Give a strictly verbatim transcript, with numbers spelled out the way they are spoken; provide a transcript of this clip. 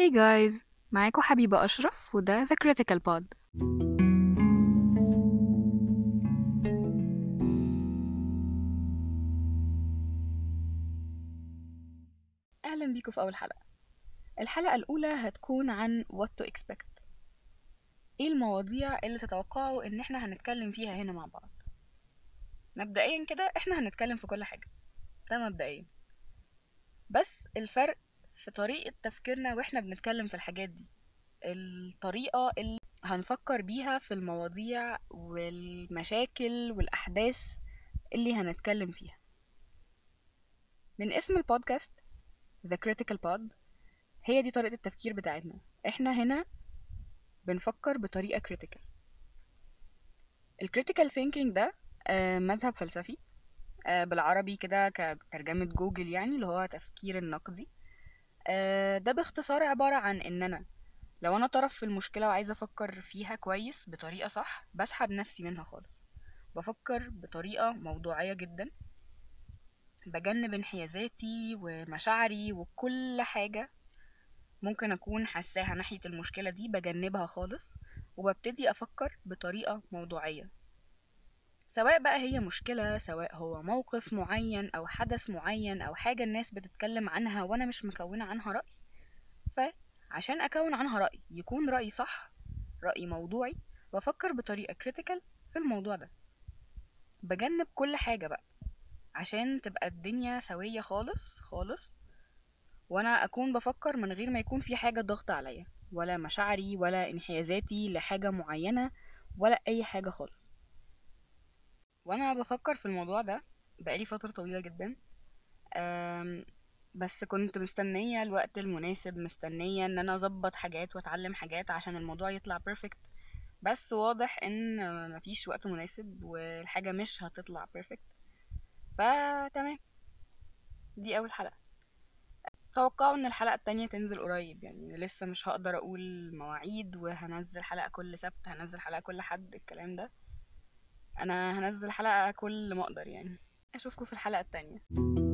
Hey guys، معاكم حبيبة أشرف وده The Critical Pod. أهلا بيكم في أول حلقة. الحلقة الأولى هتكون عن what to expect. إيه المواضيع اللي تتوقعوا إن إحنا هنتكلم فيها هنا مع بعض؟ مبدئيا كده إحنا هنتكلم في كل حاجة، ده مبدئيا. بس الفرق في طريقة تفكيرنا وإحنا بنتكلم في الحاجات دي، الطريقة اللي هنفكر بيها في المواضيع والمشاكل والأحداث اللي هنتكلم فيها. من اسم البودكاست The Critical Pod، هي دي طريقة التفكير بتاعتنا. احنا هنا بنفكر بطريقة critical. ال critical thinking ده آه، مذهب فلسفي، آه، بالعربي كده كترجمة جوجل، يعني اللي هو تفكير النقدي. آه، ده باختصار عبارة عن ان انا لو انا طرف في المشكلة وعايزة افكر فيها كويس بطريقة صح، بسحب نفسي منها خالص، بفكر بطريقة موضوعية جدا، بجنب انحيازاتي ومشاعري وكل حاجة ممكن اكون حاساها ناحية المشكلة دي، بجنبها خالص وببتدي افكر بطريقة موضوعية. سواء بقى هي مشكلة، سواء هو موقف معين او حدث معين او حاجة الناس بتتكلم عنها وانا مش مكونة عنها رأي، فعشان اكون عنها رأي يكون رأي صح، رأي موضوعي، بفكر بطريقة critical في الموضوع ده، بجنب كل حاجة بقى عشان تبقى الدنيا سوية خالص خالص، وانا اكون بفكر من غير ما يكون في حاجة ضغط عليا، ولا مشاعري ولا انحيازاتي لحاجة معينة ولا اي حاجة خالص. وانا بفكر في الموضوع ده بقالي فترة طويلة جدا. أم، بس كنت مستنية الوقت المناسب، مستنية ان انا اظبط حاجات واتعلم حاجات عشان الموضوع يطلع بيرفكت. بس واضح ان مفيش وقت مناسب والحاجة مش هتطلع بيرفكت. فتمام، دي اول حلقة. توقعوا ان الحلقة التانية تنزل قريب، يعني لسه مش هقدر اقول مواعيد، وهنزل حلقة كل سبت، هنزل حلقة كل حد، الكلام ده. انا هنزل حلقة كل ما اقدر يعني. اشوفكم في الحلقة التانية.